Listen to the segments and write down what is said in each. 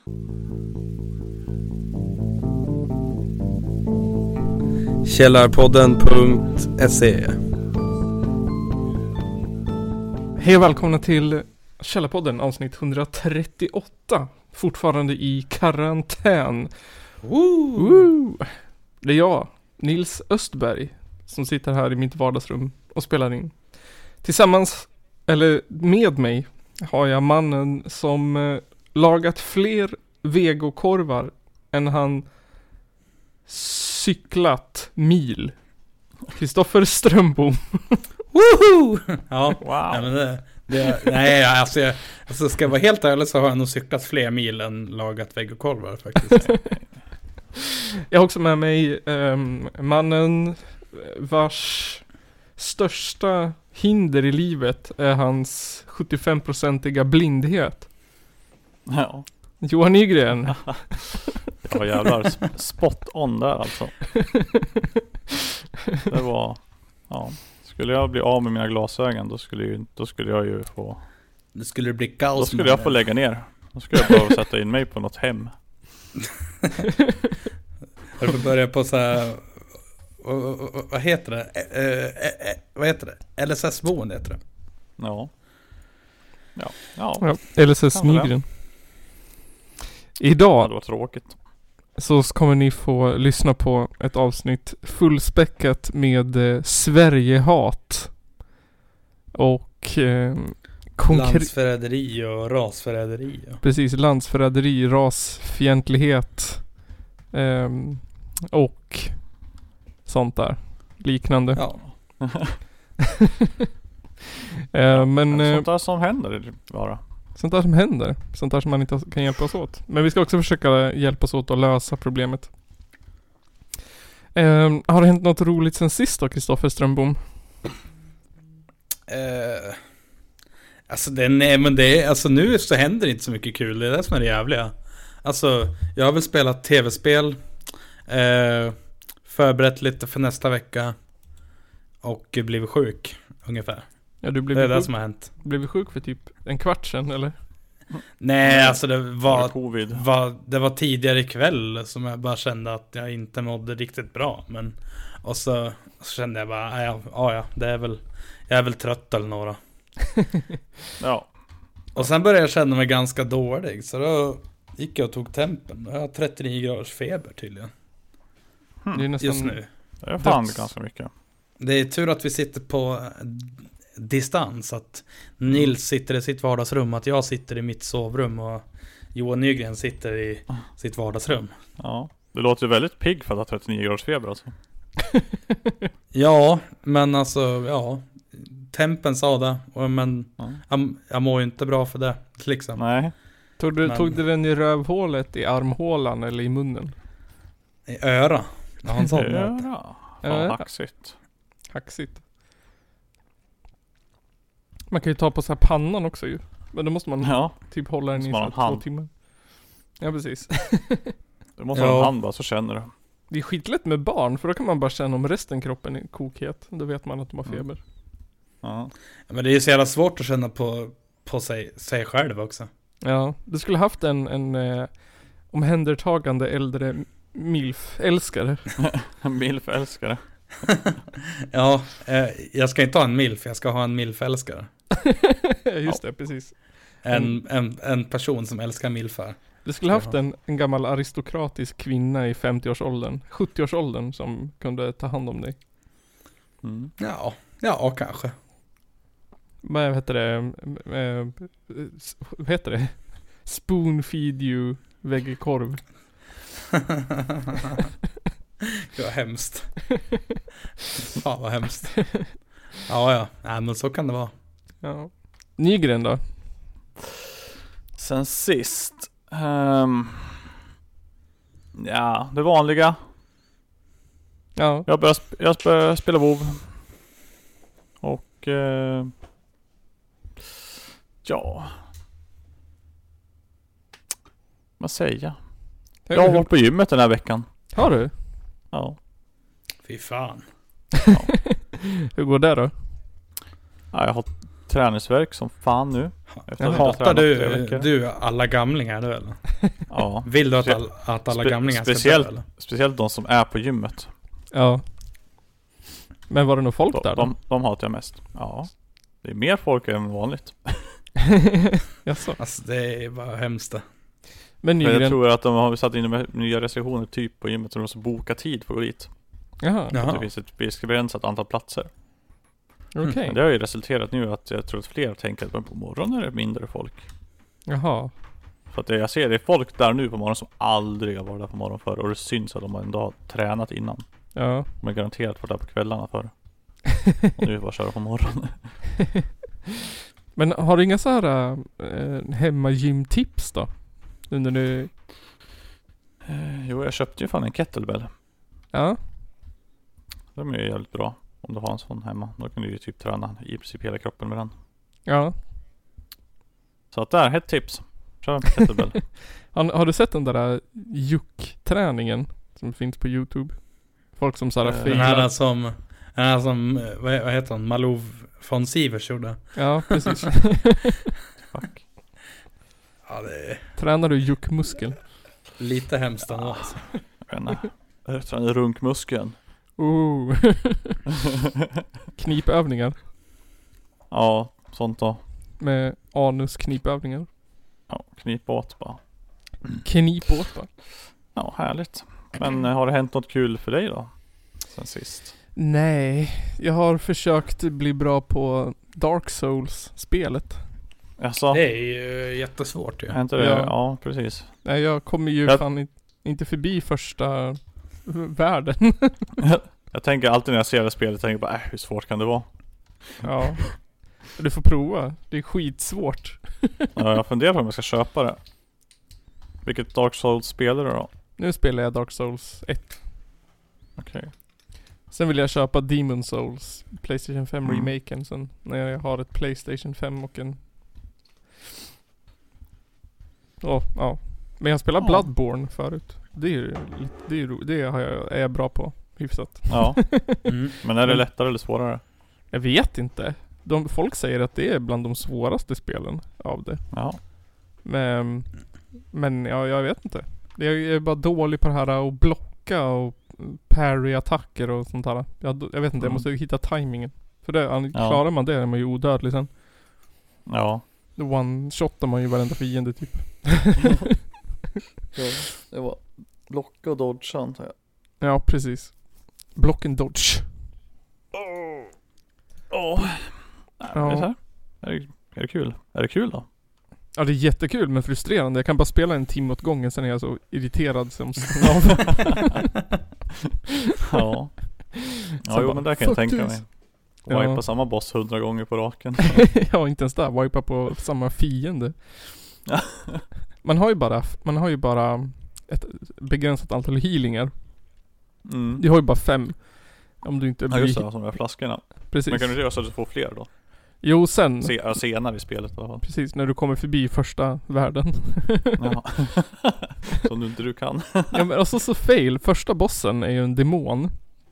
Källarpodden.se. Hej och välkomna till Källarpodden avsnitt 138. Fortfarande i karantän. Woo! Det är jag, Nils Östberg, som sitter här i mitt vardagsrum och spelar in. Tillsammans, eller med mig, har jag mannen som lagat fler vegokorvar än han cyklat mil. Kristoffer Strömbom. Woohoo! Ja, wow. Nej, alltså ska jag vara helt ärlig så har jag nog cyklat fler mil än lagat vegokorvar faktiskt. Jag har också med mig mannen vars största hinder i livet är hans 75-procentiga blindhet. Ja. Johan Nygren. Det var jävlar spot on där alltså. Det var, ja. Skulle jag bli av med mina glasögon då skulle jag ju få. Det skulle bli kaos. Då skulle jag få lägga ner. Då skulle jag behöva sätta in mig på något hem. Jag får börja på så här. Vad heter det? Vad heter det? LSS-boende heter det. Ja. Ja, LSS Nygren. Idag det var tråkigt. Så kommer ni få lyssna på ett avsnitt fullspäckat med Sverigehat och landsförräderi och rasförräderi. Ja. Precis, landsförräderi, rasfientlighet och sånt där liknande. Ja. Men sånt där som händer bara. Sånt där som händer. Sånt där som man inte kan hjälpa oss åt. Men vi ska också försöka hjälpa oss åt att lösa problemet. Har det hänt något roligt sen sist då, Kristoffer Strömbom? Alltså alltså nu så händer inte så mycket kul. Det är det som är det jävliga. Alltså jag har väl spelat tv-spel, förberett lite för nästa vecka och blivit sjuk ungefär. Ja, det är det som har hänt. Blev vi sjuk för typ en kvart sedan eller? Nej, alltså det var tidigare ikväll som jag bara kände att jag inte mådde riktigt bra. Men och så kände jag bara, ja, det är väl, jag är väl trött eller några. Ja. Och sen började jag känna mig ganska dålig. Så då gick jag och tog tempen. Jag har 39 graders feber tydligen. Det är nästan just nu. Det är fan ganska mycket. Det är tur att vi sitter på distans, att Nils sitter i sitt vardagsrum, att jag sitter i mitt sovrum och Johan Nygren sitter i sitt vardagsrum. Ja, det låter ju väldigt pigg för att ha 39 graders feber alltså. Ja, men alltså, ja, tempen sa det, men jag mår ju inte bra för det liksom. Nej. Tog du den i rövhålet, i armhålan eller i munnen? I öra. Ja, han sa det. Ja, hacksigt. Man kan ju ta på så här pannan också ju. Men då måste man typ hålla den i så 2 timmar. Ja, precis. Du måste ha en hand bara, så känner du. Det är skitlätt med barn, för då kan man bara känna om resten kroppen är kokhet. Då vet man att de har feber. Ja, men det är ju så jävla svårt att känna på sig själv också. Ja, du skulle haft en omhändertagande äldre milf-älskare. Milf-älskare. Ja, jag ska inte ha en milf, jag ska ha en milf-älskare. Just det, precis. En person som älskar milfar. Du skulle haft en gammal aristokratisk kvinna i 50-årsåldern, 70-årsåldern som kunde ta hand om dig. Mm. Ja, kanske. Vad heter det? Spoon feed you vegekorv. Det var hemskt. Fan vad hemskt. Ja. Nej, men så kan det vara. Ja. Nygren då? Sen sist. Ja, det vanliga. Ja. Jag börjar spela WoW. Och ja. Vad säger jag? Jag har varit på gymmet den här veckan. Har du? Ja. Fy fan. Ja. Hur går det då? Ja, jag har träningsverk som fan nu. Hatar du alla gamlingar då eller? Ja. Vill du att alla gamlingar ska dö eller? Speciellt de som är på gymmet. Ja. Men var det nog folk där då? De hatar jag mest. Ja. Det är mer folk än vanligt. Jaså. Alltså det är bara hemskt. Men jag tror att de har satt in nya restriktioner typ på gymmet så de måste boka tid för att gå dit. Jaha. Det finns ett begränsat antal platser. Okej. Men det har ju resulterat nu att jag tror att fler tänker att på morgonen är det mindre folk. Jaha. Så att jag ser det är folk där nu på morgonen som aldrig har varit där på morgonen förr. Och det syns att de ändå har tränat innan. Ja. De är garanterat varit där på kvällarna förr. Och nu är det bara att köra på morgonen. Men har du inga så här hemmagymtips då? Under nu... Jo, jag köpte ju fan en kettlebell. Ja. De är ju jävligt bra. Om du har en sån hemma. Då kan du ju typ träna i princip hela kroppen med den. Ja. Så att där, ett tips. Kör en kettlebell. Har du sett den där juck-träningen som finns på YouTube? Folk som såhär filar. Den här som vad heter han? Malou von Sivers gjorde. Ja, precis. Fuck. Ja, det är... Tränar du juckmuskel? Lite hemskt ändå alltså. Jag tränar runkmuskeln. Knipövningar. Ja, sånt då. Med anusknipövningar. Ja, knip åt bara. Knip åt bara. Ja, härligt. Men har det hänt något kul för dig då? Sen sist? Nej, jag har försökt bli bra på Dark Souls-spelet. Jaså? Det är ju jättesvårt ju. Är inte det? Ja, precis. Nej, jag kommer ju fan inte förbi första världen. Jag tänker alltid när jag ser det spelet, tänker bara, hur svårt kan det vara? Ja. Du får prova. Det är skitsvårt. Ja, jag funderar på om jag ska köpa det. Vilket Dark Souls spelar du då? Nu spelar jag Dark Souls 1. Okej. Sen vill jag köpa Demon Souls PlayStation 5 remaken sen. När jag har ett PlayStation 5 och en... Ja. Men jag spelar Bloodborne förut. Det är jag bra på. Hyfsat. Ja. Men är det lättare eller svårare? Jag vet inte. Folk säger att det är bland de svåraste spelen av det. Ja. Men jag vet inte. Jag är bara dålig på det här att blocka och parry-attacker och sånt här. Jag vet inte, jag måste hitta timingen. För det, klarar man det är man ju odödlig sen. Ja. One-shotar man ju varenda fiende typ. Ja, det var blocka och dodge antar jag. Ja, precis. Block and dodge. Är det kul? Är det kul då? Ja, det är jättekul men frustrerande. Jag kan bara spela en timme åt gången, sen är jag så irriterad som snav. Ja. Ja, jo, men där kan jag tänka mig. Wipa samma boss 100 gånger på raken. Ja, inte ens där. Wipa på samma fiende. Man har ju bara ett begränsat antal healingar. Du har ju bara 5. Om du inte blir... Ja, just det, som de här flaskorna. Precis. Men kan du göra så att du får fler då? Jo, sen... Senare i spelet i alla fall. Precis, när du kommer förbi första världen. Ja. Som du inte kan. Ja, men alltså så fail. Första bossen är ju en demon.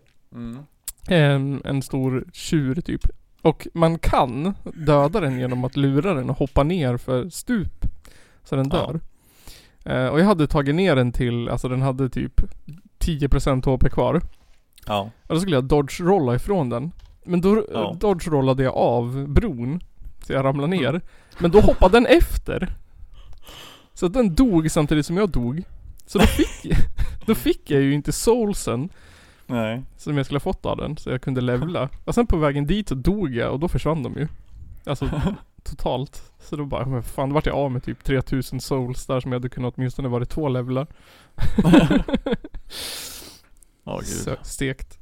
En stor tjur typ. Och man kan döda den genom att lura den och hoppa ner för stup. Så den dör. Och jag hade tagit ner den till, alltså den hade typ 10% HP kvar. Ja. Och då skulle jag dodge-rolla ifrån den. Men då dodge-rollade jag av bron. Så jag ramlade ner. Men då hoppade den efter. Så den dog samtidigt som jag dog. Så då fick jag ju inte soulsen. Nej. Som jag skulle ha fått av den. Så jag kunde levla. Och sen på vägen dit så dog jag. Och då försvann de ju. Alltså totalt. Så då bara, men fan, då vart jag av med typ 3000 souls där som jag hade kunnat åtminstone varit 2 levlar. Gud. Stekt.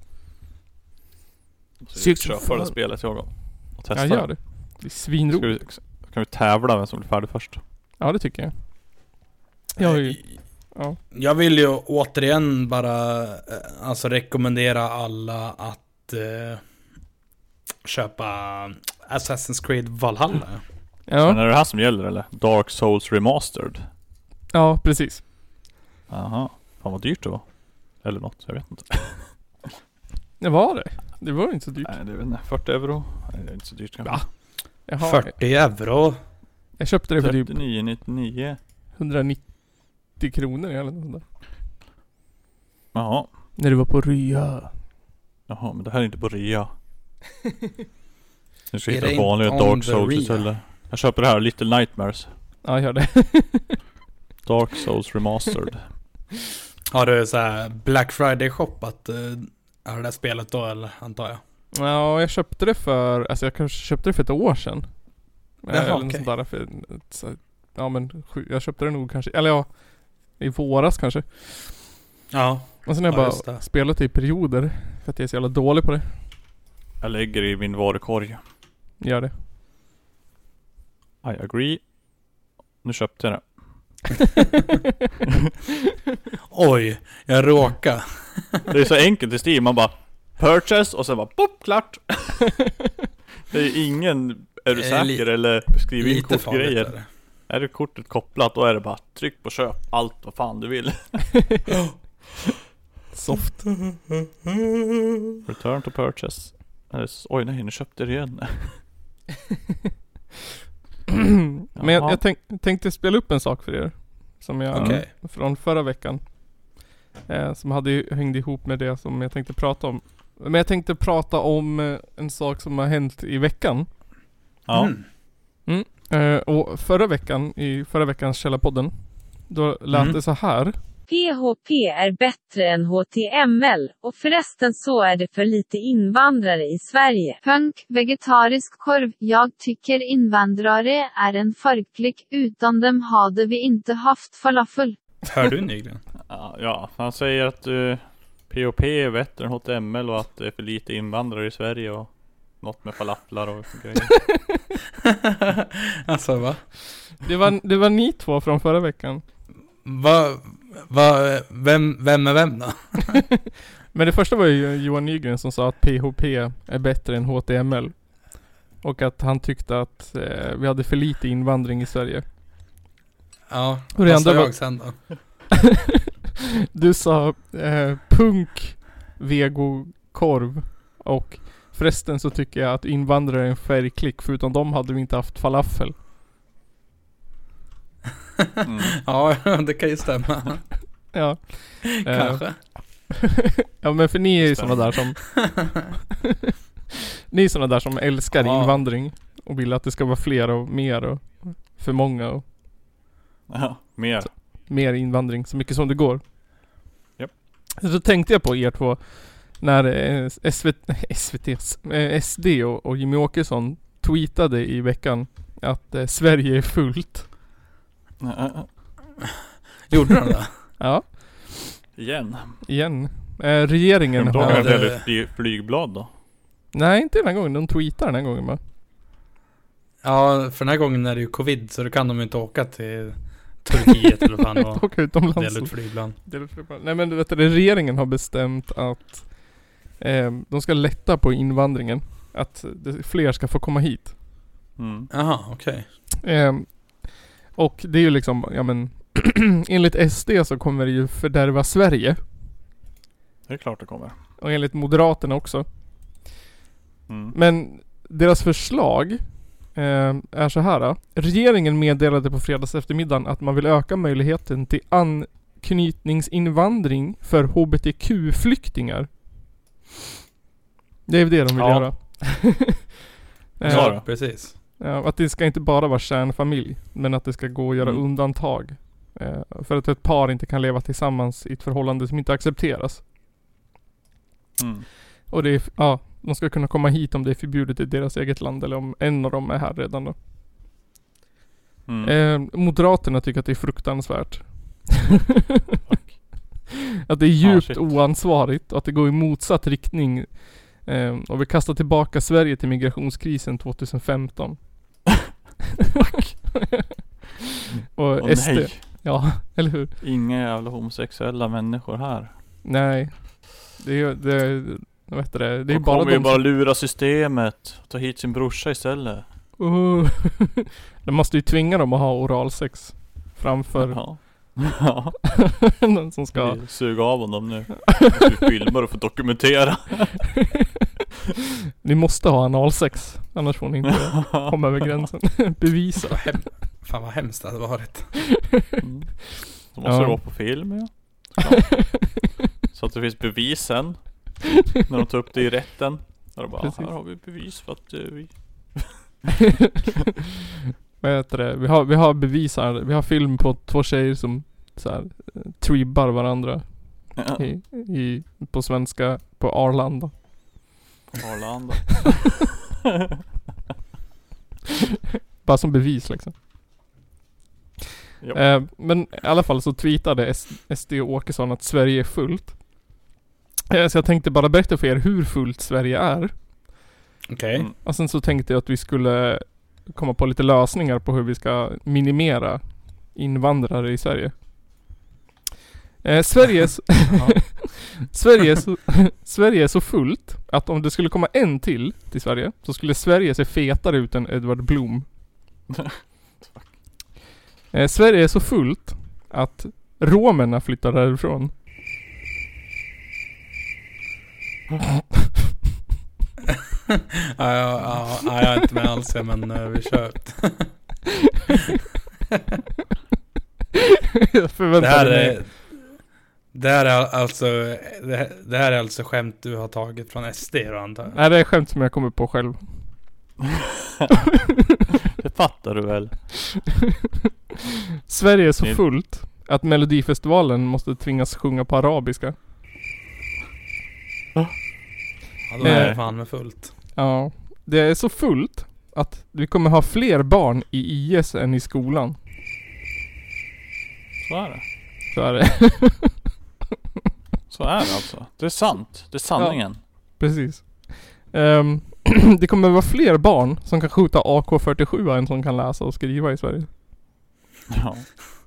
Köpa det spelet jag och testa. Ja, gör det. Det är svinroligt. Kan vi tävla vem som blir färdig först? Ja, det tycker jag. Jag vill ju återigen bara alltså rekommendera alla att köpa Assassin's Creed Valhalla. Ja. Men är det här som gäller eller? Dark Souls Remastered? Ja, precis. Aha. Fan vad dyrt det var. Eller något, jag vet inte. Det var det. Det var inte så dyrt. Nej, det är väl 40 euro. Nej, det är inte så dyrt kanske. Va? Jaha, 40 euro. jag köpte det för typ 39,99. 190 kronor eller något sånt där. Jaha. När du var på rea. Jaha, men det här är inte på rea. Nu ska It jag hitta ain't vanliga on Dark the Souls rea. istället. Jag köper det här, Little Nightmares. Ja, gör det. Dark Souls Remastered. Har du så här Black Friday shoppat det där spelet då, eller antar jag? Ja, jag köpte det för... Alltså jag kanske köpte det för ett år sedan. Jaha, Eller okej. något sånt där för, ja men jag köpte det nog kanske... Eller ja, i våras kanske. Ja. Och sen har Ja, jag just bara det. spelat i perioder. För att jag är så jävla dålig på det. Jag lägger det i min varukorg. Gör det. I agree. Nu köpte jag det. Oj, jag råkade. Det är så enkelt i Steam. Man bara purchase och sen bara pop, klart. Det är ingen... Är du säker eller skriv in Lite farligt kortgrejer? är det. Är det kortet kopplat, då är det bara tryck på köp allt vad fan du vill. Soft. Return to purchase. Oj nej, nu köpte jag det igen. Men jag tänkte spela upp en sak för er. Som jag... Okej. Från förra veckan. Som hängde ihop med det som jag tänkte prata om. Men jag tänkte prata om en sak som har hänt i veckan. Ja. Och i förra veckans Källarpodden, då lät det så här. PHP är bättre än HTML, och förresten så är det för lite invandrare i Sverige. Punk, vegetarisk korv. Jag tycker invandrare är en folklig. Utan dem hade vi inte haft falafel. Hör du Nygren? Ja, han säger att PHP är bättre än HTML och att det är för lite invandrare i Sverige och något med falaflar och grejer. Alltså va? Det var ni två från förra veckan. Vem är vem då? Men det första var ju Johan Nygren som sa att PHP är bättre än HTML. Och att han tyckte att vi hade för lite invandring i Sverige. Ja, Och det vad sa andra var- jag sen då? Du sa punk, vego, korv. Och förresten så tycker jag att invandrare är en färgklick. För utan dem hade vi inte haft falafel. Mm. Ja, det kan ju stämma. Ja. Kanske. Ja men för ni är ju Stämmer. såna där som ni är såna där som älskar Ja. invandring och vill att det ska vara fler och mer och för många och Ja, mer. mer invandring så mycket som det går. Japp. Så tänkte jag på er två när SD och Jimmy Åkesson tweetade i veckan att Sverige är fullt. Gjorde de det? Ja, Igen. Regeringen Då har... har jag det- väldigt flygblad då. Nej, inte den här gången. De tweetar den här gången bara. Ja, för den här gången är det ju covid, så då kan de ju inte åka till Turkiet eller vad fan det var. Åka utomlands. Dela ut flygplan. Nej men du vet, regeringen har bestämt att de ska lätta på invandringen. Att fler ska få komma hit. Mm. Jaha, okej. Och det är ju liksom, ja men enligt SD så kommer det ju fördärva Sverige. Det är klart det kommer. Och enligt Moderaterna också. Mm. Men deras förslag är så här. Regeringen meddelade på fredags eftermiddagen att man vill öka möjligheten till anknytningsinvandring för HBTQ-flyktingar. Det är det de vill Ja. göra. Ja, då. Precis. Ja, att det ska inte bara vara kärnfamilj, men att det ska gå att göra undantag. För att ett par inte kan leva tillsammans i ett förhållande som inte accepteras. Mm. Och det är, ja, de ska kunna komma hit om det är förbjudet i deras eget land eller om en av dem är här redan då. Mm. Moderaterna tycker att det är fruktansvärt. Att det är djupt shit. oansvarigt och att det går i motsatt riktning. Och vi kastar tillbaka Sverige till migrationskrisen 2015. Och SD. Nej, Ja, eller hur? inga jävla homosexuella människor här. Nej. Det är vad heter det? Det är De bara kommer ju de bara lura systemet. Ta hit sin brorsa istället. De måste ju tvinga dem att ha oralsex framför Ja. Ja. någon som ska... Vi suga av honom nu. Vi filmar och får dokumentera. Ni måste ha analsex. Annars får ni inte komma över gränsen. Bevisa. Fan vad hemskt det hade varit. Då måste det vara på film, ja. Så att det finns bevisen. När de tar upp det i rätten. Där bara, här har vi bevis för att vi... Vad heter det? Vi har bevis här. Vi har film på 2 tjejer som så här tribbar varandra. Ja. På svenska på Arlanda. Bara som bevis liksom. Men i alla fall så tweetade SD Åkesson att Sverige är fullt. Så jag tänkte bara berätta för er hur fullt Sverige är. Okej. Och sen så tänkte jag att vi skulle komma på lite lösningar på hur vi ska minimera invandrare i Sverige. Sverige är så fullt att om det skulle komma en till Sverige så skulle Sverige se fetare ut än Edvard Blom. Sverige är så fullt att romerna flyttar därifrån. Jag är inte med alls, men vi kör. Det här är alltså skämt du har tagit från SD då, antar jag? Nej, det är skämt som jag kommer på själv. Det fattar du väl? Sverige är så fullt att Melodifestivalen måste tvingas sjunga på arabiska. Ja, det är fan med fullt. Ja, det är så fullt att vi kommer ha fler barn i IS än i skolan. Så är det. Så är det. Så är det alltså. Det är sant. Det är sanningen. Ja, precis. Det kommer vara fler barn som kan skjuta AK-47 än som kan läsa och skriva i Sverige. Ja.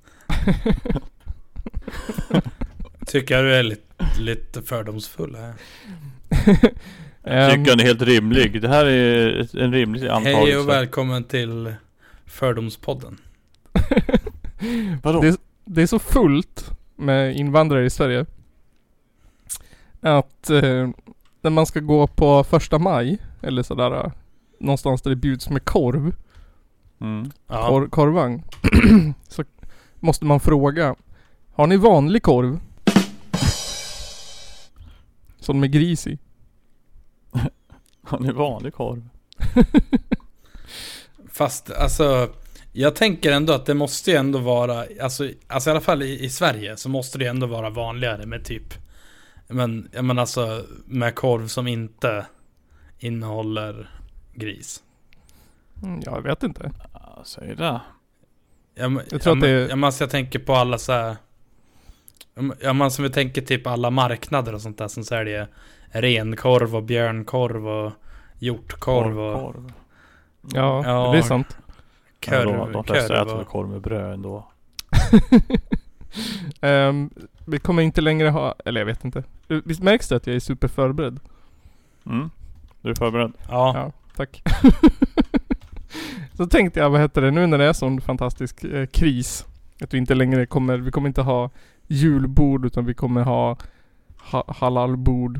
Tycker jag du är lite fördomsfull här. Jag tycker den är helt rimlig. Det här är en rimlig antagelse. Hej och välkommen till Fördomspodden. Vadå? Det är så fullt med invandrare i Sverige att när man ska gå på 1 maj eller sådär någonstans där det bjuds med korv, korvvagn, så måste man fråga: har ni vanlig korv? Som med gris i. Har ni vanlig korv? Fast alltså, jag tänker ändå att det måste ju ändå vara, alltså i alla fall i Sverige så måste det ändå vara vanligare med typ, men alltså med korv som inte innehåller gris. Jag vet inte. Ja, säg det. Jag tror att det är... jag tänker på alla så här, som vi tänker typ alla marknader och sånt där som säljer renkorv och björnkorv och hjortkorv och... Ja, det är sant. De flesta äter korv med bröd ändå. Vi kommer inte längre ha... Eller jag vet inte. Visst märks det att jag är super förberedd? Du är förberedd? Ja, tack. Så tänkte jag, vad heter det, nu när det är sån fantastisk kris, att vi inte längre vi kommer inte ha julbord utan vi kommer ha halalbord.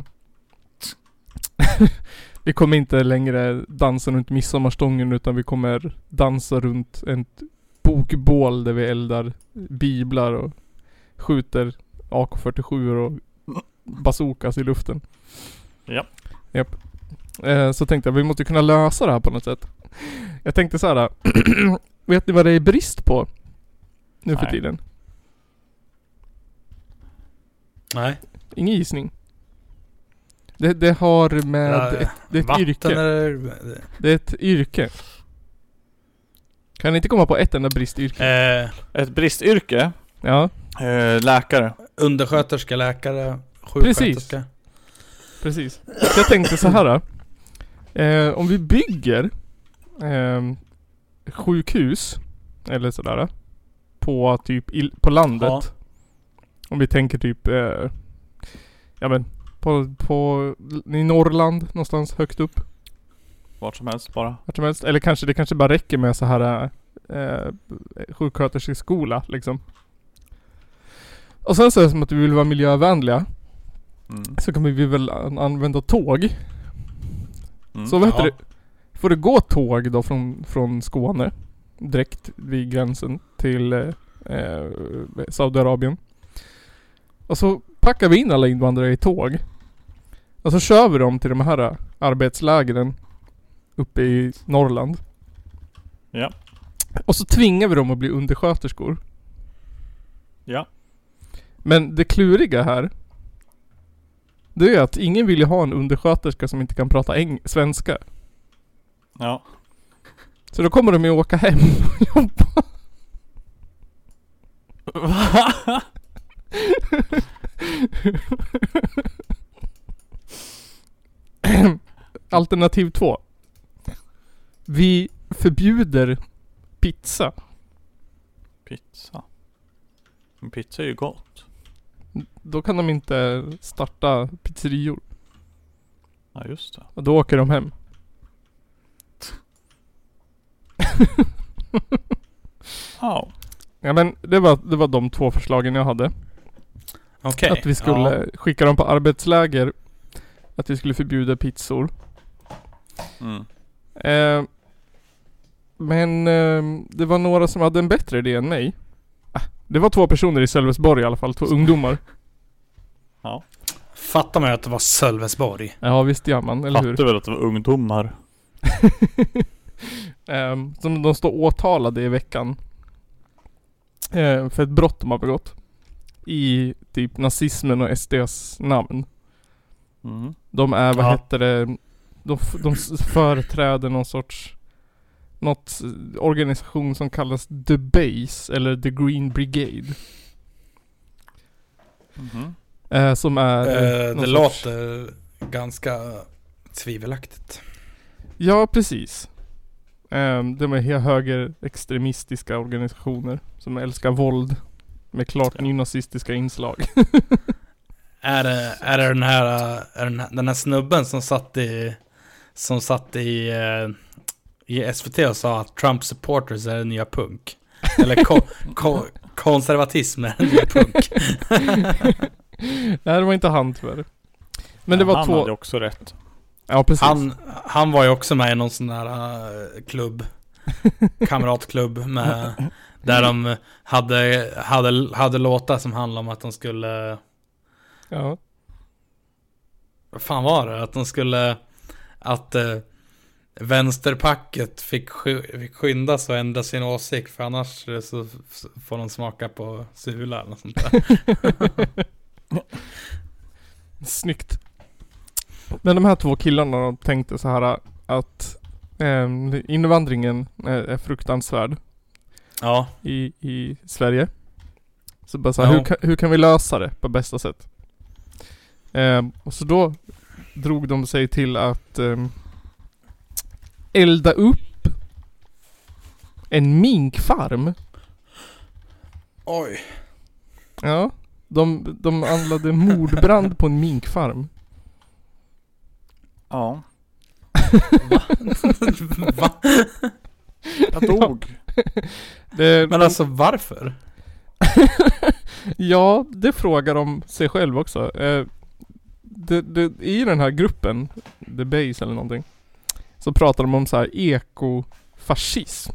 Vi kommer inte längre dansa runt midsommarstången utan vi kommer dansa runt ett bokbål där vi eldar biblar och skjuter AK-47 och bazookas i luften. Ja. Japp. Så tänkte jag, vi måste kunna lösa det här på något sätt. Jag tänkte så här. Vet ni vad det är brist på nu för tiden? Nej. Ingen gissning. Det har med det är ett yrke. Det är ett yrke. Kan ni inte komma på ett enda bristyrke? Ett bristyrke? Ja. Läkare. Undersköterska, läkare, sjuksköterska. Precis. Så jag tänkte så här. Om vi bygger sjukhus eller sådär på typ på landet. Ja. Om vi tänker typ på i Norrland någonstans högt upp. Vart som helst bara. Vart som helst. Eller det kanske bara räcker med så här sjuksköterskeskola liksom. Och sen så är det som att vi vill vara miljövänliga. Så kommer vi väl använda tåg. Så vad heter det? Får det gå tåg då från Skåne direkt vid gränsen till Saudiarabien. Och så packar vi in alla invandrare i tåg. Och så kör vi dem till de här arbetslägren uppe i Norrland. Ja. Och så tvingar vi dem att bli undersköterskor. Ja. Men det kluriga här, det är att ingen vill ju ha en undersköterska som inte kan prata svenska. Ja. Så då kommer de ju åka hem och jobba. Va? Alternativ 2. Vi förbjuder pizza. Pizza. Men pizza är ju gott. Då kan de inte starta pizzerior. Ja, just det. Och då åker de hem. Ja. Ja, men det var de 2 förslagen jag hade. Okej. Att vi skulle skicka dem på arbetsläger. Att vi skulle förbjuda pizzor. Men det var några som hade en bättre idé än mig. Det var 2 personer i Sölvesborg i alla fall. 2 ungdomar. Ja. Fattar man att det var Sölvesborg. Ja, visst gör man, eller hur? Fattar väl att det var ungdomar. Som de står åtalade i veckan. För ett brott de har begått. I typ nazismen och SDs namn. De är, vad heter det? De företräder något organisation som kallas The Base eller The Green Brigade. Som är det låter ganska tvivelaktigt. Ja, precis. De är högerextremistiska organisationer som älskar våld med klart nynazistiska inslag. Är det den här snubben som satt i SVT och sa att Trump supporters är den nya punk? Eller konservatism är den nya punk? Nej, det var inte han tyvärr. Men det var han 2. hade också rätt. Ja, precis. Han var ju också med i någon sån där klubb, kamratklubb med, där de hade låtar som handlade om att de skulle... Ja. Vad fan var det? Att de skulle... Att vänsterpacket fick skynda sig och ändra sin åsikt, för annars så får de smaka på sula eller något sånt där. Snyggt. Men de här 2 killarna, de tänkte så här att invandringen är fruktansvärd. Ja. I Sverige. Så bara så här, hur kan vi lösa det på bästa sätt? Och så då drog de sig till att elda upp en minkfarm. Oj. Ja. De anlade mordbrand på en minkfarm. Ja. Va? Jag dog. Men alltså varför? Ja, det frågar de sig själv också. I den här gruppen, The Base eller någonting, så pratar de om så här ekofascism.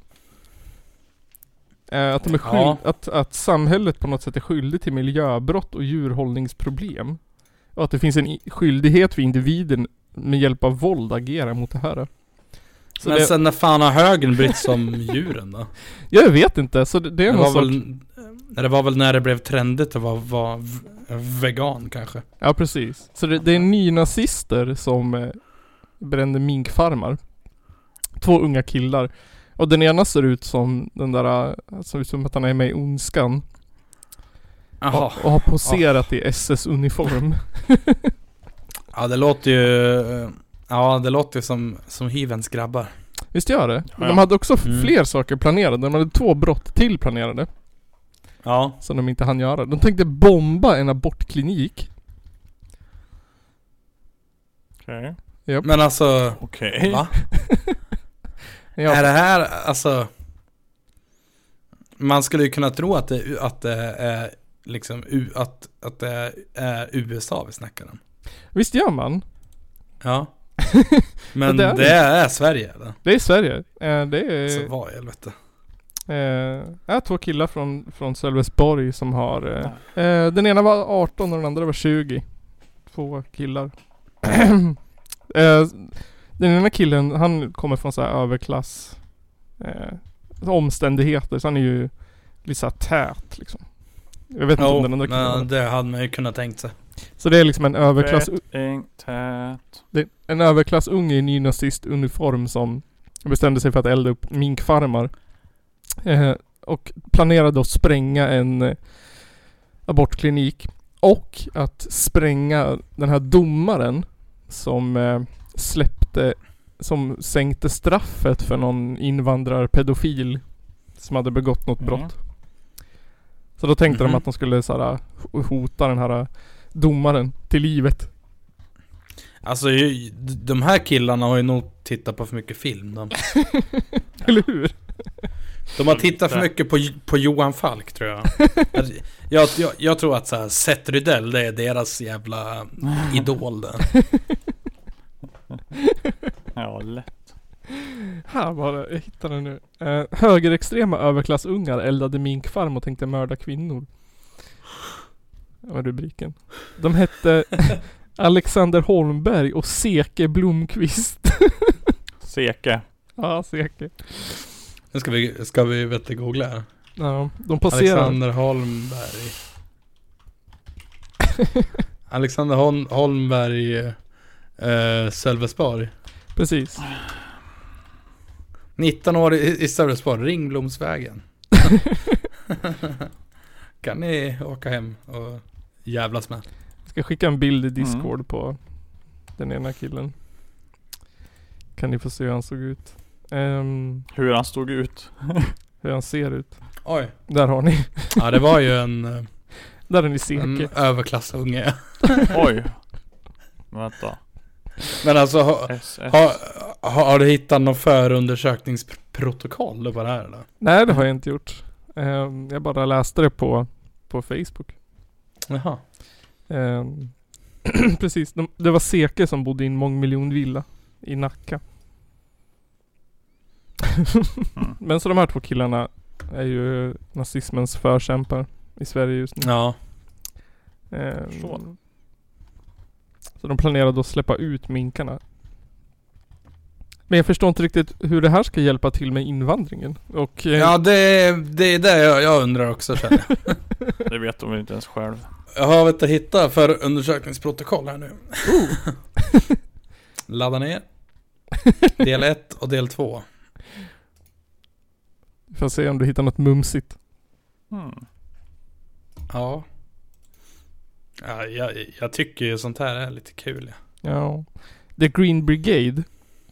Att de är att samhället på något sätt är skyldigt till miljöbrott och djurhållningsproblem. Och att det finns en skyldighet för individen med hjälp av våld agera mot det här. Så men sen när fan har högern brytt sig om djuren då? Jag vet inte, så det är det var väl när det blev trendigt att vara vegan kanske. Ja, precis. Så det är nynazister som brände minkfarmar. 2 unga killar. Och den ena ser ut som den där, ser ut som att han är med i Ondskan. Och har poserat i SS-uniform. Ja, det låter ju som hyvens grabbar. Visst gör det? Ja. De hade också fler saker planerade. De hade 2 brott till planerade. Ja. Som de inte hann göra. De tänkte bomba en abortklinik. Okej. Yep. Men alltså... Okej. Va? Ja. Är det här, alltså... Man skulle ju kunna tro att det är liksom... Att det är USA vi snackar om. Visst gör man? Ja. Men det är Sverige eller? Det är Sverige. Det är... Så vad i helvete? Jag har 2 killar från Sölvesborg som har... den ena var 18 och den andra var 20. 2 killar. Den ena killen, han kommer från så här överklass omständigheter, så han är ju lite så här tät liksom. Jag vet inte om den andra killen. Det hade man ju kunnat tänkt sig. Så det är liksom en överklass... Det är en överklassunge i nynazistuniform som bestämde sig för att elda upp minkfarmar. Och planerade att spränga en abortklinik. Och att spränga den här domaren som som sänkte straffet för någon invandrarpedofil som hade begått något brott. Så då tänkte de att de skulle såhär hota den här domaren till livet. Alltså de här killarna har ju nog tittat på för mycket film. Eller hur? De har tittat för mycket på Johan Falk, tror jag. Jag tror att så här, Seth Rydell, det är deras jävla idol där. Ja, lätt. Här var det, jag hittade den nu. Högerextrema överklassungar eldade minkfarm och tänkte mörda kvinnor. Det var rubriken. De hette Alexander Holmberg och Seke Blomqvist. Seke. Ja, Seke. Nu ska vi veta googla här. Ja, de passerar. Alexander Holmberg. Alexander Holmberg Sölvesborg. Precis. 19 år i Sölvesborg, Ringblomsvägen. Kan ni åka hem och jävlas med? Jag ska skicka en bild i Discord på den ena killen. Kan ni få se hur han såg ut. Hur han stod ut. Hur han ser ut. Oj. Där har ni. Ja, det var ju en... Där är ni Seke. En överklassunge. Oj. Vänta. Men alltså, har du hittat någon förundersökningsprotokoll på det här eller? Nej, det har jag inte gjort. Jag bara läste det på Facebook. Jaha. Precis. Det var Seke som bodde i en mångmiljonvilla i Nacka. Men så de här 2 killarna är ju nazismens förkämpar i Sverige just nu. Ja. Så de planerade att släppa ut minkarna. Men jag förstår inte riktigt hur det här ska hjälpa till med invandringen. Och, ja, det är det jag undrar också. Det vet de inte ens själv. Jag har hittat för undersökningsprotokoll här nu. Ladda ner. Del 1 och del 2. Vi får se om du hittar något mumsigt. Ja. Ja, jag tycker ju sånt här är lite kul. Ja. The Green Brigade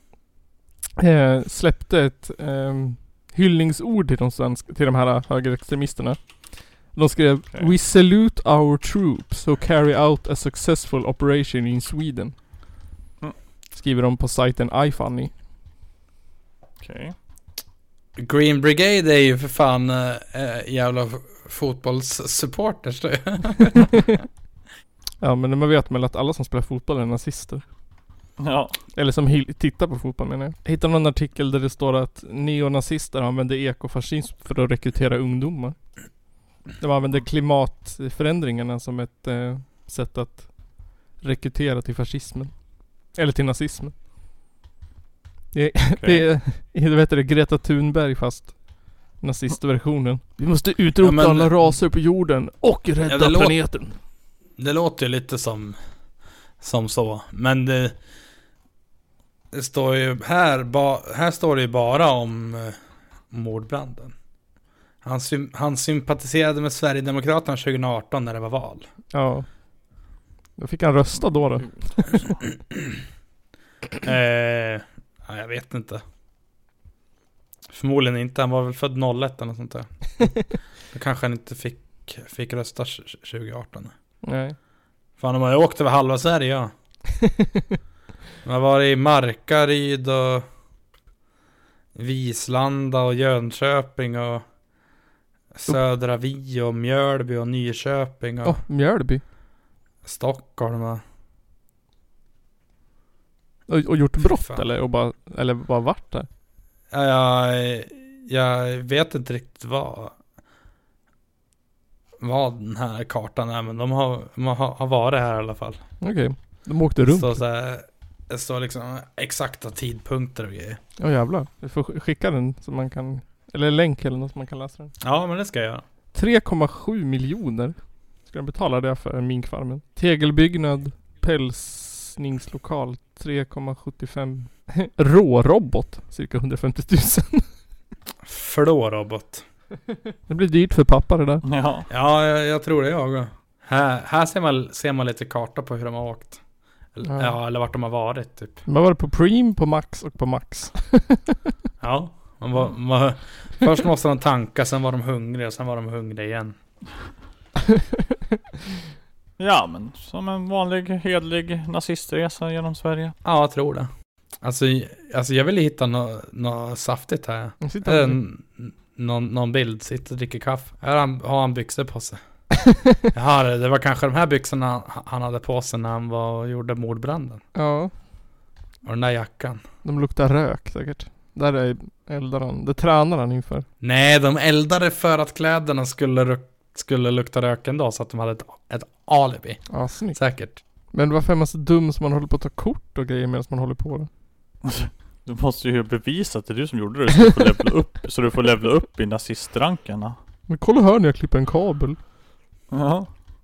släppte ett hyllningsord till de här högerextremisterna. De skrev We salute our troops who carry out a successful operation in Sweden. Skriver de på sajten iFunny. Okej. Green Brigade är ju för fan jävla fotbollssupporters. Ja, men man vet väl att alla som spelar fotboll är nazister. Ja. Eller som tittar på fotboll, menar jag. Jag hittade någon artikel där det står att neonazister använder ekofascism för att rekrytera ungdomar. De använder klimatförändringarna som ett sätt att rekrytera till fascismen. Eller till nazismen. Det vet du, Greta Thunberg fast nazistversionen. Vi måste utrota alla raser på jorden och rädda planeten. Det låter ju lite som så. Men det står ju här står det ju bara om mordbranden. Han sympatiserade med Sverigedemokraterna 2018 när det var val. Ja. Då fick han rösta då. Ja, jag vet inte. Förmodligen inte. Han var väl född 01 eller sånt där. Då kanske han inte fick rösta 2018. Nej. Fan, de har ju åkt över halva Sverige, ja. De har varit i Markaryd och Vislanda och Jönköping och Södra Vi och Mjölby och Nyköping och Mjölby. Stockholm och... Och gjort brott eller bara varit där? Jag vet inte riktigt vad den här kartan är, men de har varit här i alla fall. Okej. De åkte runt. Det står liksom exakta tidpunkter och grejer. Ja jävlar. Vi får skicka den så man kan, eller länk eller något så man kan läsa den. Ja, men det ska jag göra. 3,7 miljoner ska de betala det för minkfarmen. Tegelbyggnad, pälsningslokal 3,75. Rårobot cirka 150 000. Flårobot. Det blir dyrt för pappa det där. Ja, jag tror det jag. Här ser man lite karta på hur de har åkt. Eller vart de har varit typ. Man var på Preem, på Max och på Max. Ja, först måste de tanka, sen var de hungriga och sen var de hungriga igen. Ja, men som en vanlig hedlig nazistresa genom Sverige. Ja, jag tror det. Alltså jag vill hitta något saftigt här. Någon bild, sitter och dricker kaffe. Här har han byxor på sig. Ja, det var kanske de här byxorna han hade på sig när han gjorde mordbranden. Ja. Och den där jackan. De luktar rök säkert. Där är eldar han. Det tränar han inför. Nej, de eldade för att kläderna skulle lukta rök ändå, så att de hade ett alibi. Ja, snyggt. Säkert. Men varför är man så dum som man håller på att ta kort och grejer medan man håller på det? Du måste ju bevisa att det är du som gjorde det, så du får levla upp i nazistrankarna. Men kolla här när jag klipper en kabel. Ja.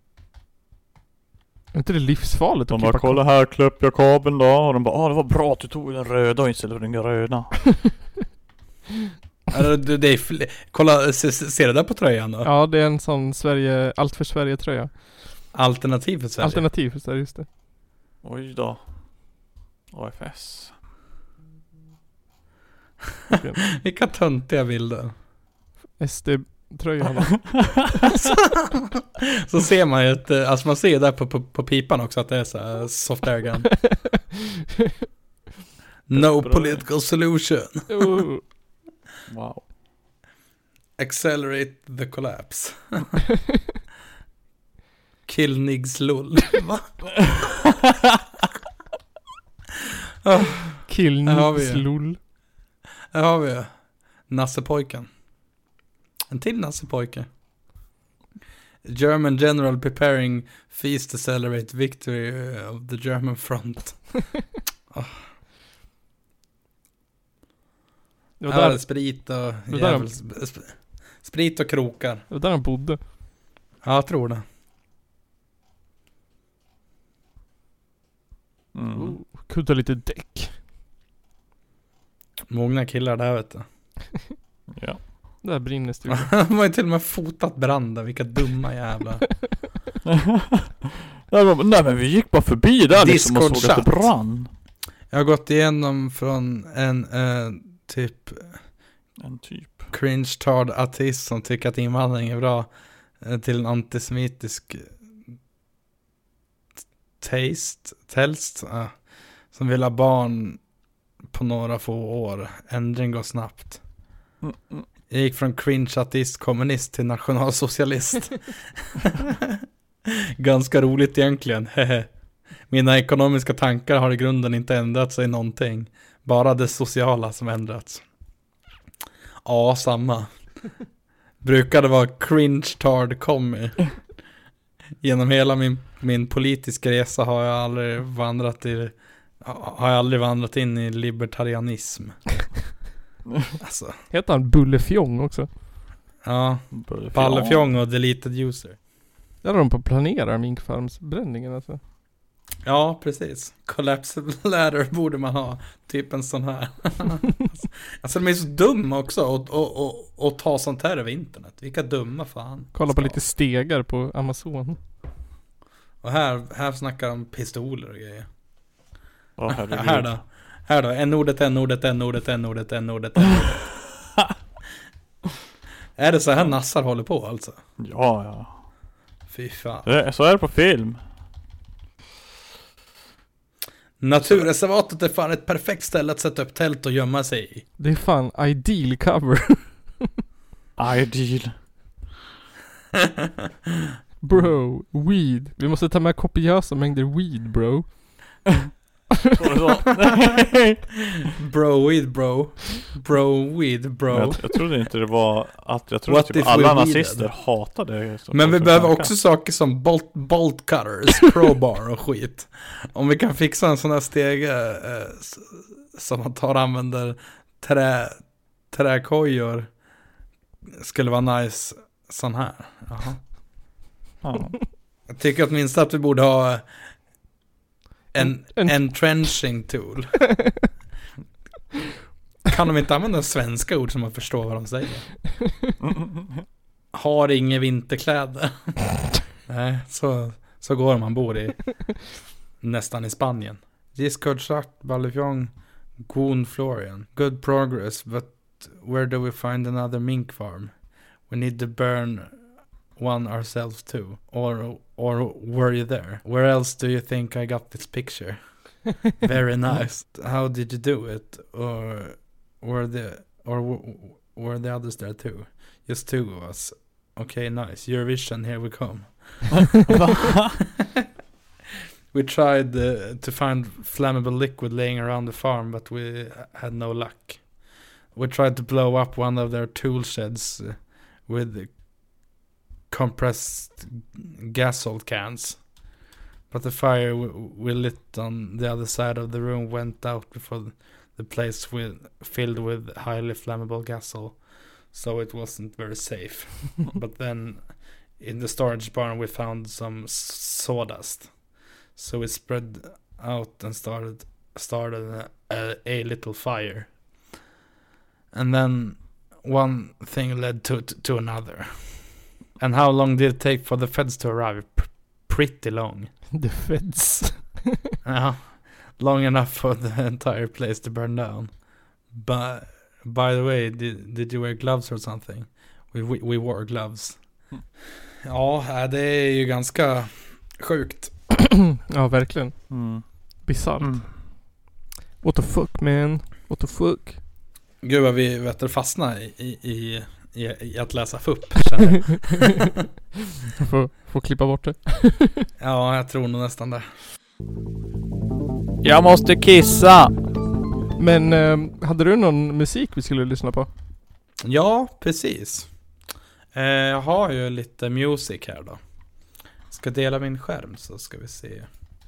Är inte det livsfarligt att klippa kabel? De bara, kolla här, klipp jag kabeln då. Och de bara, det var bra att du tog den röda istället för den gröna. Kolla, ser du där på tröjan då? Ja, det är en sån Allt för Sverige tröja. Alternativ för Sverige. Alternativ för Sverige, just det. Oj då. AFS. Vilka töntiga bilder. SD-tröjan. Så ser man ju alltså man ser där på pipan också att det är så här soft air gun. No political solution. Wow. Accelerate the collapse. Kill Niggs lull. Va? Kill Niggs lull. Här har vi Nassepojken. En till Nassepojke. German general preparing feast to celebrate victory of the German front. Här är sprit och krokar. Det var där han bodde. Ja, jag tror det. Kudda lite däck. Många killar där, vet du. Ja. Där brinner stugan. Han var ju till och med fotat branden. Vilka dumma jävla. Nej, men vi gick bara förbi där liksom och såg att det brann. Jag har gått igenom från en typ cringe-tard ateist som tycker att invandring är bra till en antisemitisk taste som vill ha barn på några få år. Ändring går snabbt. Jag gick från cringe-ateist kommunist till nationalsocialist. Ganska roligt egentligen. Mina ekonomiska tankar har i grunden inte ändrat sig någonting. Bara det sociala som ändrats. Ja, samma. Brukade vara cringe-tard commie. Genom hela min politiska resa har jag aldrig vandrat in i libertarianism. Alltså. Heter han Bullefjong också? Ja, Bullefjong och deleted user. Där har de på planerar minkfarmsbränningen alltså. Ja, precis. Collapsible ladder borde man ha. Typ en sån här. Alltså de är så dumma också och ta sånt här över internet. Vilka dumma fan. Kolla på lite stegar på Amazon. Och här snackar de pistoler och grejer. Ja, här då. N-ordet. Är det så här nassar håller på alltså? Ja. Fy fan. Så är det på film. Naturreservatet är fan ett perfekt ställe att sätta upp tält och gömma sig i. Det är fan ideal cover. Ideal. Bro, weed. Vi måste ta med kopiösa mängder weed, bro. Broweed bro. Broweed bro. Jag trodde inte det var att jag trodde typ alla nazister hatade. Men vi behöver också saker som bolt cutters, crowbar och skit. Om vi kan fixa en sån här stege som man använder träkojor skulle vara nice sån här. Jaha. Ja. Jag tycker åtminstone att vi borde ha en entrenching tool. Kan de inte använda svenska ord som man förstår vad de säger? Har inga vinterkläder. Nej, så går man bor i nästan i Spanien. Discord Shark, Balifjong, Goon Florian. Good progress, but where do we find another mink farm? We need to burn one ourselves too. Or were you there? Where else do you think I got this picture? Very nice. How did you do it? Or were the others there too? Just two of us. Okay, nice. Eurovision, here we come. We tried to find flammable liquid laying around the farm, but we had no luck. We tried to blow up one of their tool sheds with compressed gasol cans, but the fire we lit on the other side of the room went out before the place filled with highly flammable gasol, so it wasn't very safe. But then in the storage barn we found some sawdust, so we spread out and started a little fire, and then one thing led to another. And how long did it take for the feds to arrive? Pretty long. The feds. Long enough for the entire place to burn down. But by the way, did you wear gloves or something? We wore gloves. Ja, det är ju ganska sjukt. Ja, verkligen. Bizarrt. What the fuck, man? What the fuck? Gud vad vi fastnar i att läsa FUP. Får klippa bort det. Ja, jag tror nog nästan det. Jag måste kissa. Men hade du någon musik vi skulle lyssna på? Ja, precis. Jag har ju lite music här då. Ska dela min skärm så ska vi se.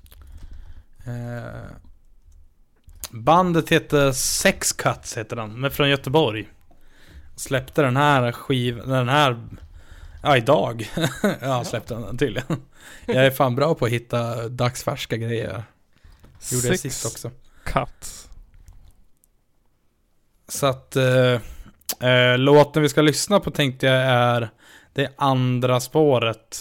Bandet heter Sex Cuts heter den, men från Göteborg. Släppte den här idag. Ja, släppte den tydligen. Jag är fan bra på att hitta dagsfärska grejer. Gjorde det sist också. Cuts. Så att låten vi ska lyssna på tänkte jag är det andra spåret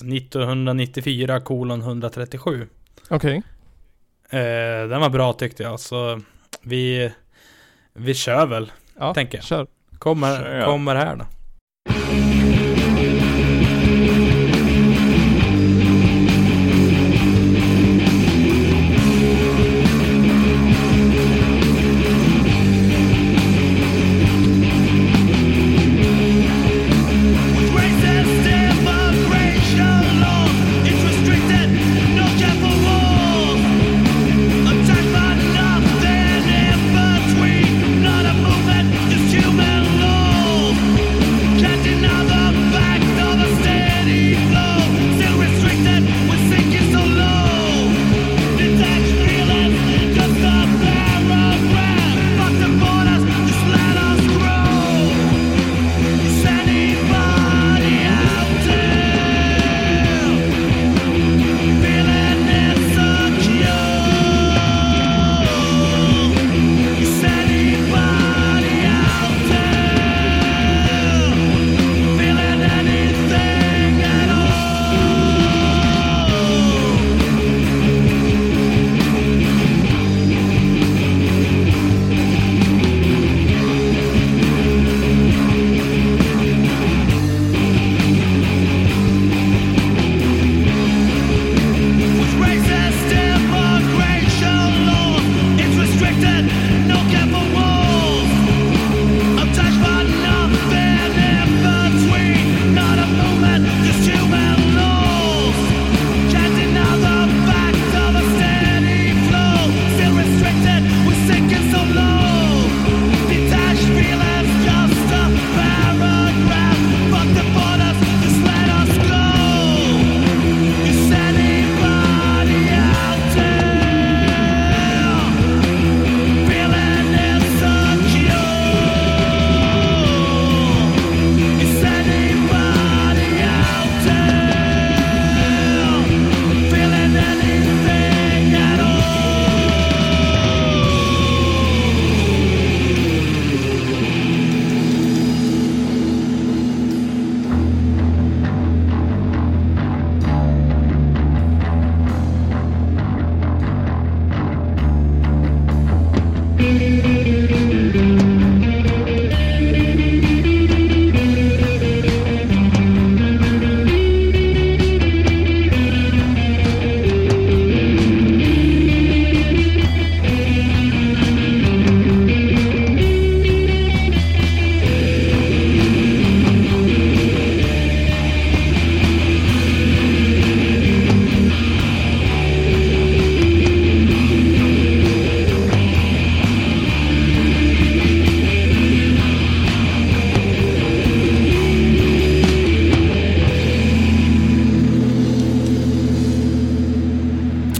1994:137. Okej. Den var bra tyckte jag, så vi kör väl, tänker jag. Kör. Kommer här då. Not a movement, just human law.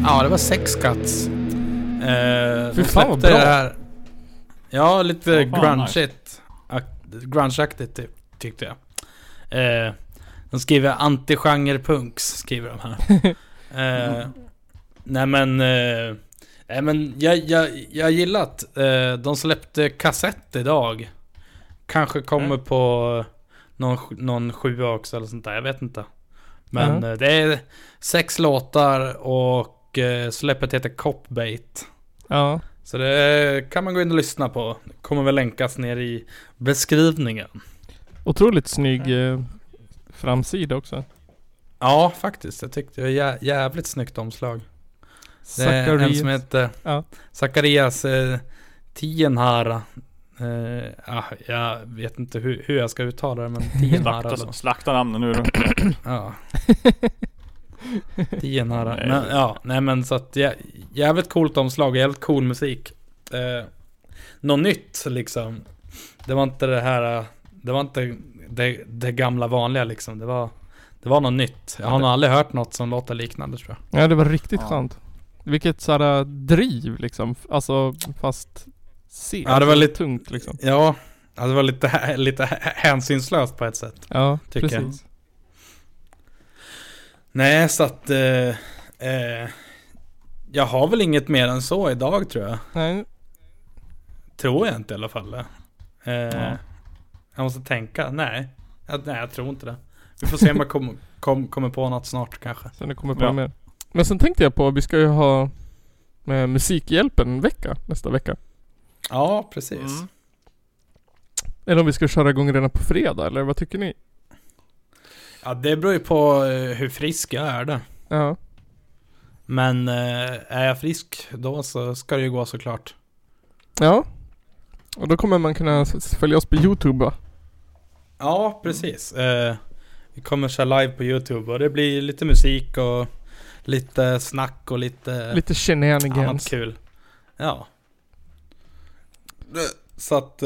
Ja, det var Sex Cuts. Fy fan vad bra. Det här, ja, lite grungeigt. Grungeaktigt tyckte jag. De skriver anti-genre-punks, skriver de här. Nej men jag gillar att de släppte kassett idag. Kanske kommer på någon 7 också eller sånt där, jag vet inte. Men det är 6 låtar och släppet heter Copbait. Ja. Så det kan man gå in och lyssna på. Det kommer väl länkas ner i beskrivningen. Otroligt snygg framsida också. Ja, faktiskt. Jag tyckte det var jävligt snyggt omslag. Det är en som heter Zacharias Tienhara. Jag vet inte hur jag ska uttala det, men Tienhara. Slakta namnen nu då. Ja. Tienhara. Nej men så att jävligt coolt omslag, jävligt cool musik. Något nytt liksom. Det var inte det här, det var inte det gamla vanliga liksom. Det var något nytt. Jag har nog aldrig hört något som låter liknande, tror jag. Ja, det var riktigt skönt. Vilket sådär driv liksom. Alltså fast det var lite tungt liksom. Ja, det var lite hänsynslöst på ett sätt. Ja, tycker precis. Jag. Nej, så att jag har väl inget mer än så idag, tror jag. Nej. Tror jag inte i alla fall. Jag måste tänka. Nej, jag tror inte det. Vi får se om jag kommer på något snart kanske. Sen det kommer på mer. Men sen tänkte jag på, vi ska ju ha Musikhjälpen nästa vecka. Ja, precis. Eller om vi ska köra igång redan på fredag, eller vad tycker ni? Ja, det beror ju på hur frisk jag är det. Ja. Men är jag frisk då så ska det ju gå såklart. Ja. Och då kommer man kunna följa oss på YouTube, va? Ja, precis. Vi kommer köra live på YouTube och det blir lite musik och lite snack och lite shenanigans. Annat kul. Ja. Så att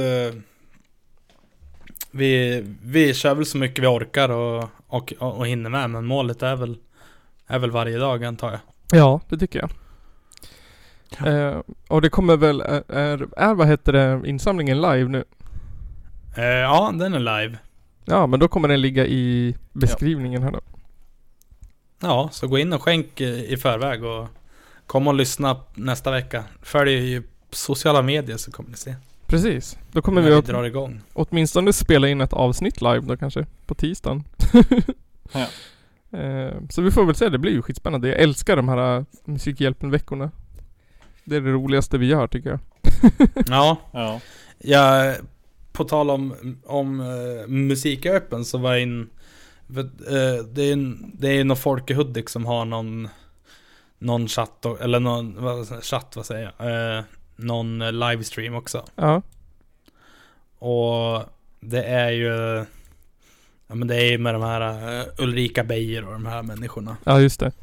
vi kör väl så mycket vi orkar och hinner med, men målet är väl varje dag, antar jag. Ja, det tycker jag. Och det kommer väl vad heter det, insamlingen live nu? Ja, den är live. Ja, men då kommer den ligga i beskrivningen här då. Ja, så gå in och skänk i förväg och kom och lyssna nästa vecka. Följ ju sociala medier så kommer ni se. Precis. Då kommer vi drar igång. Åtminstone spela in ett avsnitt live då kanske på tisdagen. Ja. Så vi får väl se, det blir ju skitspännande. Jag älskar de här Musikhjälpen-veckorna. Det är det roligaste vi gör, tycker jag. Ja. Jag, på tal om Musikhjälpen så var in det är någon folk i Hudik som har någon chatt eller vad säger jag? Någon livestream också. Ja. Och det är ju men det är ju med de här Ulrika Beijer och de här människorna. Ja, just det.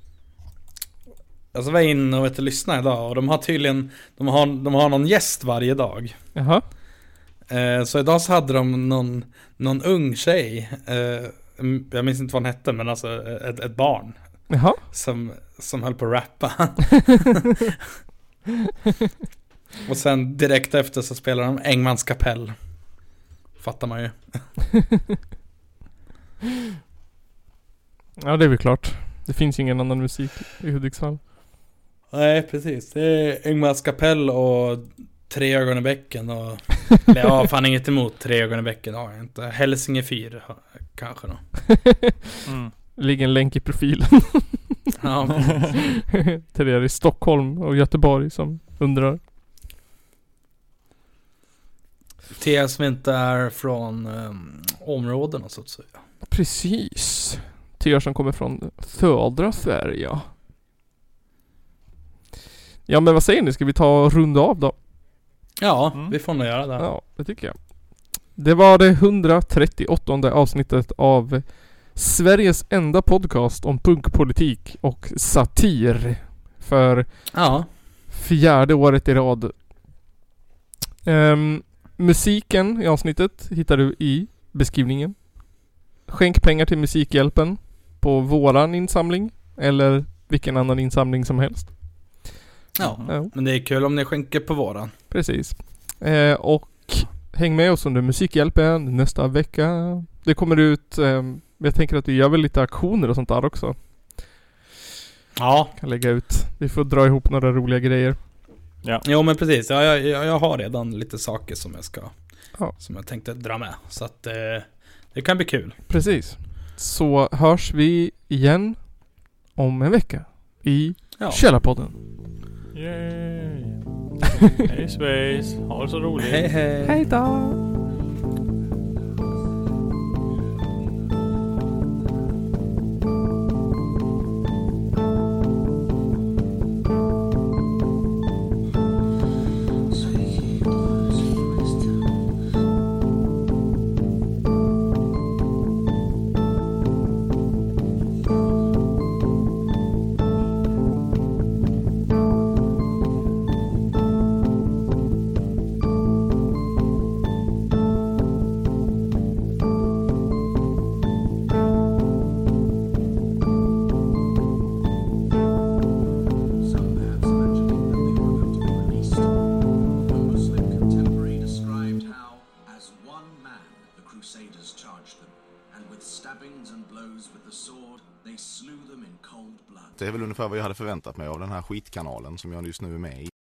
Jag var in och lyssna idag och de har tydligen de har någon gäst varje dag. Jaha. Så idag så hade de någon ung tjej, jag minns inte vad hon hette, men alltså ett barn. Jaha. Som höll på att rappa. Och sen direkt efter så spelar de Engmans kapell. Fattar man ju. Ja, det är väl klart. Det finns ju ingen annan musik i Hudiksvall. Nej, precis. Det är Engmans kapell och Tre ögon i bäcken och jag har fan inget emot Tre ögon i bäcken, har jag inte. Hälsinge 4 kanske då. Ligger en länk i profilen. Ja. Till er i Stockholm och Göteborg som undrar. Till er som inte är från områden och så att säga. Precis. Till er som kommer från södra Sverige. Ja, men vad säger ni? Ska vi ta och runda av då? Ja, vi får nog göra det. Ja, det tycker jag. Det var det 138:e avsnittet av Sveriges enda podcast om punkpolitik och satir för 4:e året i rad. Musiken i avsnittet hittar du i beskrivningen. Skänk pengar till Musikhjälpen på våran insamling eller vilken annan insamling som helst. Ja, men det är kul om ni skänker på våran. Precis. Och häng med oss under Musikhjälpen nästa vecka. Det kommer ut, jag tänker att vi gör väl lite aktioner och sånt där också. Ja. Kan lägga ut. Vi får dra ihop några roliga grejer. Ja. Jo men precis, jag har redan lite saker som som jag tänkte dra med. Så att det kan bli kul. Precis. Så hörs vi igen om en vecka i Källarpodden. Yay! Hej Space, ha det så roligt. Hej hej. Hej då! Det är väl ungefär vad jag hade förväntat mig av den här skitkanalen som jag just nu är med i.